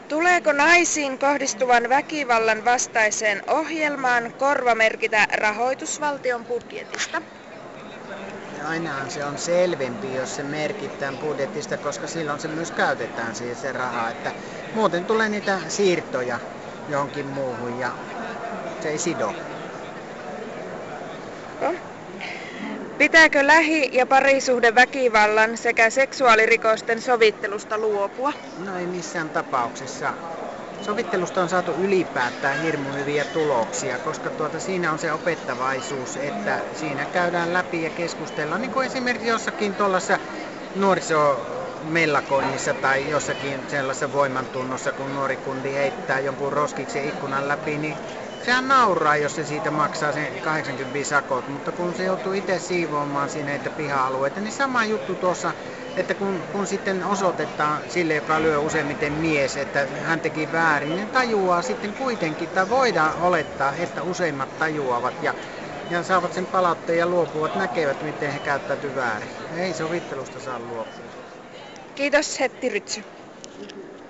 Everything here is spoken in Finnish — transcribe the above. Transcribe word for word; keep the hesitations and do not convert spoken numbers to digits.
Tuleeko naisiin kohdistuvan väkivallan vastaiseen ohjelmaan korvamerkitä rahoitus valtion budjetista? Ainahan se on selvempi, jos se merkitään budjetista, koska silloin se myös käytetään siihen se raha. Että muuten tulee niitä siirtoja johonkin muuhun ja se ei sido. No. Pitääkö lähi- ja parisuhdeväkivallan sekä seksuaalirikosten sovittelusta luopua? No ei missään tapauksessa. Sovittelusta on saatu ylipäätään hirmu hyviä tuloksia, koska tuota, siinä on se opettavaisuus, että siinä käydään läpi ja keskustellaan. Niin kuin esimerkiksi jossakin tuollaisessa nuorisomellakoinnissa tai jossakin sellaisessa voimantunnossa, kun nuori kundi heittää jonkun roskiksen ikkunan läpi, niin sehän nauraa, jos se siitä maksaa sen kahdeksankymmentä sakot, mutta kun se joutuu itse siivoamaan siinä näitä piha-alueita, niin sama juttu tuossa, että kun, kun sitten osoitetaan sille, joka lyö useimmiten mies, että hän teki väärin, niin tajuaa sitten kuitenkin, tai voidaan olettaa, että useimmat tajuavat ja, ja saavat sen palautteen ja luopuvat, näkevät, miten he käyttäytyy väärin. Ei sovittelusta saa luopua. Kiitos, Hetti Rytsy.